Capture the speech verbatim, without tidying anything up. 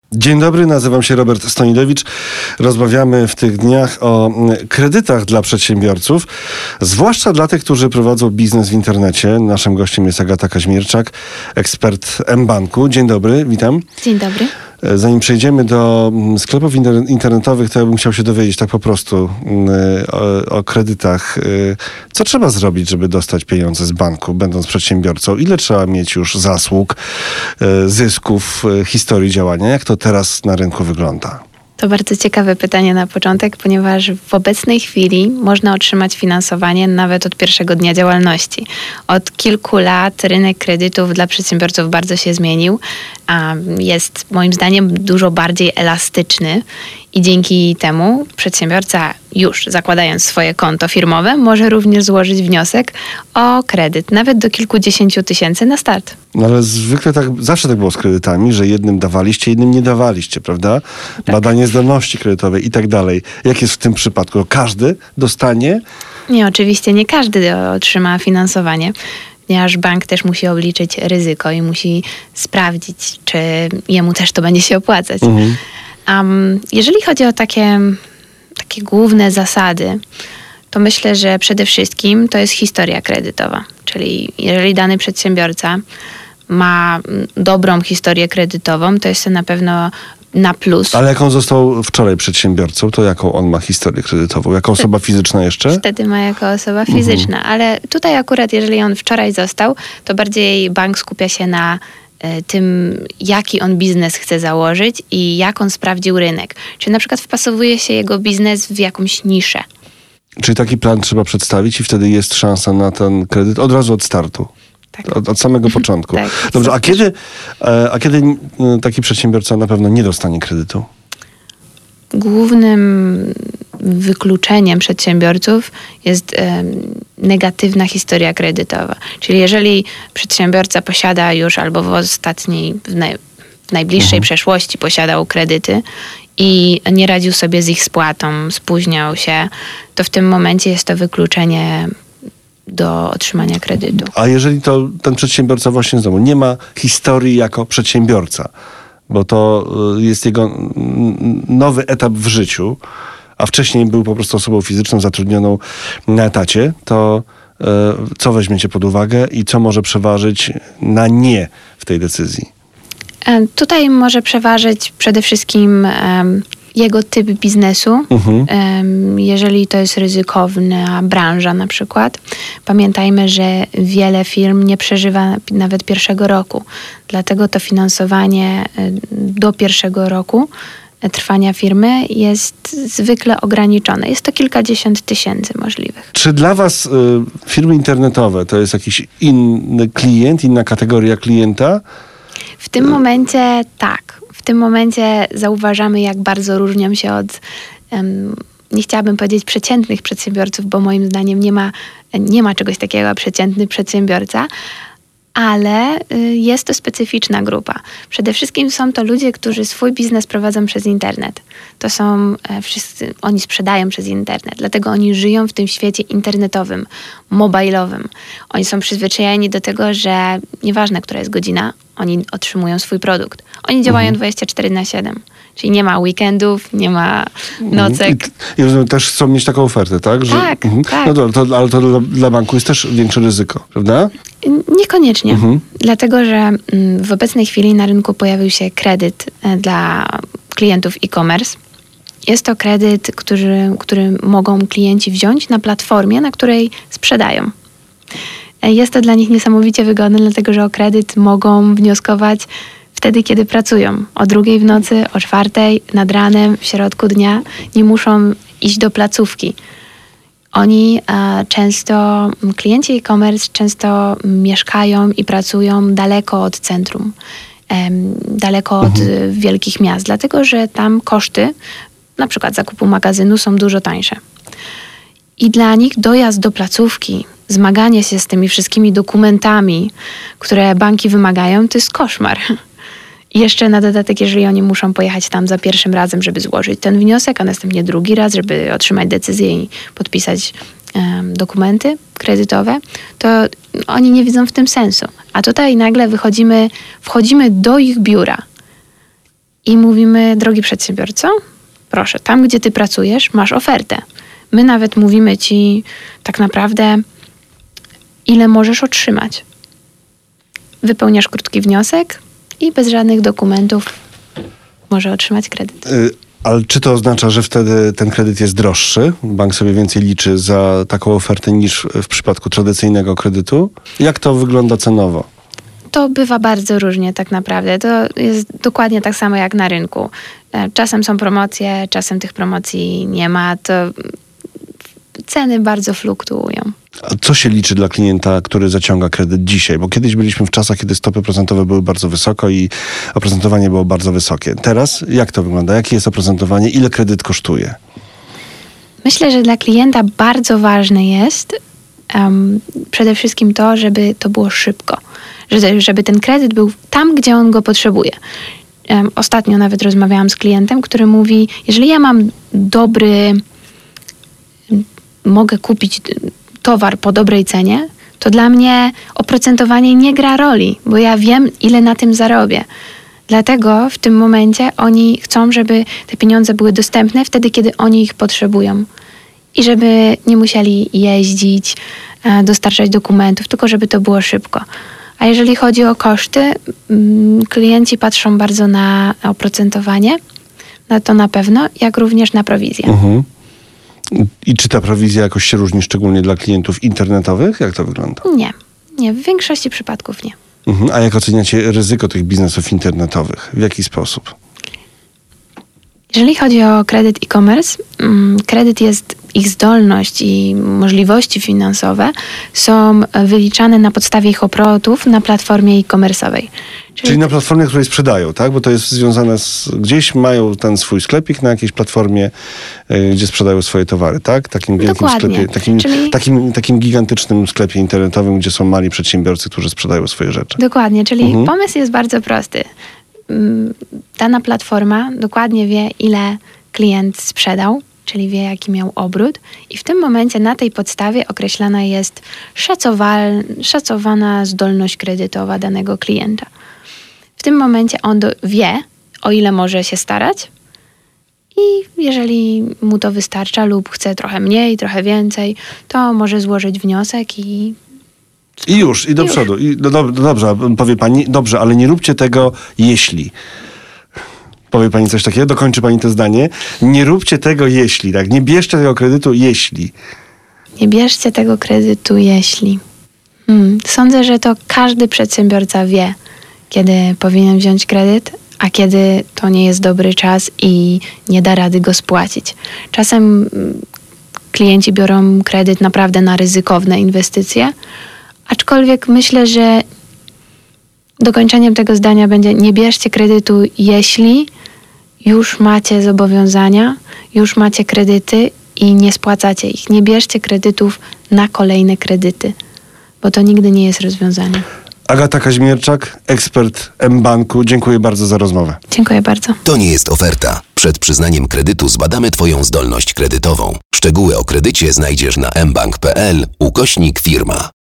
Dzień dobry, nazywam się Robert Stonilewicz. Rozmawiamy w tych dniach o kredytach dla przedsiębiorców, zwłaszcza dla tych, którzy prowadzą biznes w internecie. Naszym gościem jest Agata Kaźmierczak, ekspert mBanku. Dzień dobry, witam. Dzień dobry. Zanim przejdziemy do sklepów internetowych, to ja bym chciał się dowiedzieć tak po prostu o, o kredytach. Co trzeba zrobić, żeby dostać pieniądze z banku, będąc przedsiębiorcą? Ile trzeba mieć już zasług, zysków, historii działania? Jak to teraz na rynku wygląda? To bardzo ciekawe pytanie na początek, ponieważ w obecnej chwili można otrzymać finansowanie nawet od pierwszego dnia działalności. Od kilku lat rynek kredytów dla przedsiębiorców bardzo się zmienił, a jest moim zdaniem dużo bardziej elastyczny i dzięki temu przedsiębiorca już zakładając swoje konto firmowe może również złożyć wniosek o kredyt, nawet do kilkudziesięciu tysięcy na start. No ale zwykle tak, zawsze tak było z kredytami, że jednym dawaliście, jednym nie dawaliście, prawda? Tak. Badanie zdolności kredytowej i tak dalej. Jak jest w tym przypadku? Każdy dostanie? Nie, oczywiście nie każdy otrzyma finansowanie, ponieważ bank też musi obliczyć ryzyko i musi sprawdzić, czy jemu też to będzie się opłacać. Mhm. Um, jeżeli chodzi o takie, takie główne zasady, to myślę, że przede wszystkim to jest historia kredytowa. Czyli jeżeli dany przedsiębiorca ma dobrą historię kredytową, to jest to na pewno na plus. Ale jak on został wczoraj przedsiębiorcą, to jaką on ma historię kredytową? Jako osoba fizyczna jeszcze? Wtedy ma jako osoba fizyczna. Mhm. Ale tutaj akurat, jeżeli on wczoraj został, to bardziej bank skupia się na tym, jaki on biznes chce założyć i jak on sprawdził rynek. Czy na przykład wpasowuje się jego biznes w jakąś niszę. Czyli taki plan trzeba przedstawić i wtedy jest szansa na ten kredyt od razu od startu. Tak. Od, od samego początku. Tak, Dobrze, a kiedy, a kiedy taki przedsiębiorca na pewno nie dostanie kredytu? Głównym wykluczeniem przedsiębiorców jest e, negatywna historia kredytowa. Czyli jeżeli przedsiębiorca posiada już albo w ostatniej, w, naj, w najbliższej mhm. przeszłości posiadał kredyty i nie radził sobie z ich spłatą, spóźniał się, to w tym momencie jest to wykluczenie do otrzymania kredytu. A jeżeli to ten przedsiębiorca właśnie znowu nie ma historii jako przedsiębiorca, bo to jest jego nowy etap w życiu, a wcześniej był po prostu osobą fizyczną zatrudnioną na etacie, to y, co weźmiecie pod uwagę i co może przeważyć na nie w tej decyzji? Tutaj może przeważyć przede wszystkim um, jego typ biznesu, mhm. um, jeżeli to jest ryzykowna branża na przykład. Pamiętajmy, że wiele firm nie przeżywa nawet pierwszego roku. Dlatego to finansowanie do pierwszego roku trwania firmy jest zwykle ograniczone. Jest to kilkadziesiąt tysięcy możliwych. Czy dla was y, firmy internetowe to jest jakiś inny klient, inna kategoria klienta? W tym momencie tak. W tym momencie zauważamy, jak bardzo różnią się od, um, nie chciałabym powiedzieć przeciętnych przedsiębiorców, bo moim zdaniem nie ma, nie ma czegoś takiego jak przeciętny przedsiębiorca, ale y, jest to specyficzna grupa. Przede wszystkim są to ludzie, którzy swój biznes prowadzą przez internet. To są e, wszyscy, oni sprzedają przez internet, dlatego oni żyją w tym świecie internetowym, mobilowym. Oni są przyzwyczajeni do tego, że nieważne, która jest godzina, oni otrzymują swój produkt. Oni działają mhm. dwadzieścia cztery na siedem. Czyli nie ma weekendów, nie ma nocek. I, i też chcą mieć taką ofertę, tak? Że, tak, mhm. tak. No to, to, ale to dla, dla banku jest też większe ryzyko, prawda? Niekoniecznie. Mhm. Dlatego, że w obecnej chwili na rynku pojawił się kredyt dla klientów e-commerce. Jest to kredyt, który, który mogą klienci wziąć na platformie, na której sprzedają. Jest to dla nich niesamowicie wygodne, dlatego że o kredyt mogą wnioskować wtedy, kiedy pracują. O drugiej w nocy, o czwartej, nad ranem, w środku dnia. Nie muszą iść do placówki. Oni e, często, klienci e-commerce często mieszkają i pracują daleko od centrum, e, daleko od mhm. wielkich miast, dlatego że tam koszty, na przykład zakupu magazynu, są dużo tańsze. I dla nich dojazd do placówki, zmaganie się z tymi wszystkimi dokumentami, które banki wymagają, to jest koszmar. I jeszcze na dodatek, jeżeli oni muszą pojechać tam za pierwszym razem, żeby złożyć ten wniosek, a następnie drugi raz, żeby otrzymać decyzję i podpisać um, dokumenty kredytowe, to oni nie widzą w tym sensu. A tutaj nagle wychodzimy, wchodzimy do ich biura i mówimy, drogi przedsiębiorco, proszę, tam gdzie ty pracujesz, masz ofertę. My nawet mówimy ci tak naprawdę, ile możesz otrzymać. Wypełniasz krótki wniosek i bez żadnych dokumentów może otrzymać kredyt. Y- Ale czy to oznacza, że wtedy ten kredyt jest droższy? Bank sobie więcej liczy za taką ofertę niż w przypadku tradycyjnego kredytu? Jak to wygląda cenowo? To bywa bardzo różnie tak naprawdę. To jest dokładnie tak samo jak na rynku. Czasem są promocje, czasem tych promocji nie ma. To ceny bardzo fluktuują. A co się liczy dla klienta, który zaciąga kredyt dzisiaj? Bo kiedyś byliśmy w czasach, kiedy stopy procentowe były bardzo wysoko i oprocentowanie było bardzo wysokie. Teraz jak to wygląda? Jakie jest oprocentowanie? Ile kredyt kosztuje? Myślę, że dla klienta bardzo ważne jest um, przede wszystkim to, żeby to było szybko. Że, żeby ten kredyt był tam, gdzie on go potrzebuje. Um, ostatnio nawet rozmawiałam z klientem, który mówi, jeżeli ja mam dobry, mogę kupić towar po dobrej cenie, to dla mnie oprocentowanie nie gra roli, bo ja wiem, ile na tym zarobię. Dlatego w tym momencie oni chcą, żeby te pieniądze były dostępne wtedy, kiedy oni ich potrzebują. I żeby nie musieli jeździć, dostarczać dokumentów, tylko żeby to było szybko. A jeżeli chodzi o koszty, klienci patrzą bardzo na oprocentowanie, na to na pewno, jak również na prowizję. Mhm. I czy ta prowizja jakoś się różni, szczególnie dla klientów internetowych? Jak to wygląda? Nie, nie, w większości przypadków nie. Mhm. A jak oceniacie ryzyko tych biznesów internetowych? W jaki sposób? Jeżeli chodzi o kredyt e-commerce, kredyt jest, ich zdolność i możliwości finansowe są wyliczane na podstawie ich obrotów na platformie e-commerce'owej. Czyli, Czyli na platformie, której sprzedają, tak? Bo to jest związane z... Gdzieś mają ten swój sklepik na jakiejś platformie, y, gdzie sprzedają swoje towary, tak? Takim wielkim Dokładnie. sklepie, takim, Czyli... takim, takim gigantycznym sklepie internetowym, gdzie są mali przedsiębiorcy, którzy sprzedają swoje rzeczy. Dokładnie, czyli Mhm. pomysł jest bardzo prosty. Dana platforma dokładnie wie, ile klient sprzedał, czyli wie, jaki miał obrót i w tym momencie na tej podstawie określana jest szacowal, szacowana zdolność kredytowa danego klienta. W tym momencie on do, wie, o ile może się starać i jeżeli mu to wystarcza lub chce trochę mniej, trochę więcej, to może złożyć wniosek i I już, i do Już. przodu. I, no, do, dobrze, powie pani, dobrze, ale nie róbcie tego, jeśli. Powie pani coś takiego? Dokończy pani to zdanie. Nie róbcie tego, jeśli, tak? Nie bierzcie tego kredytu, jeśli. nie bierzcie tego kredytu, jeśli. Hmm, sądzę, że to każdy przedsiębiorca wie, kiedy powinien wziąć kredyt, a kiedy to nie jest dobry czas i nie da rady go spłacić. Czasem mm, klienci biorą kredyt naprawdę na ryzykowne inwestycje, aczkolwiek myślę, że dokończeniem tego zdania będzie nie bierzcie kredytu, jeśli już macie zobowiązania, już macie kredyty i nie spłacacie ich. Nie bierzcie kredytów na kolejne kredyty, bo to nigdy nie jest rozwiązanie. Agata Kaźmierczak, ekspert mBanku. Dziękuję bardzo za rozmowę. Dziękuję bardzo. To nie jest oferta. Przed przyznaniem kredytu zbadamy Twoją zdolność kredytową. Szczegóły o kredycie znajdziesz na mbank kropka pl ukośnik firma.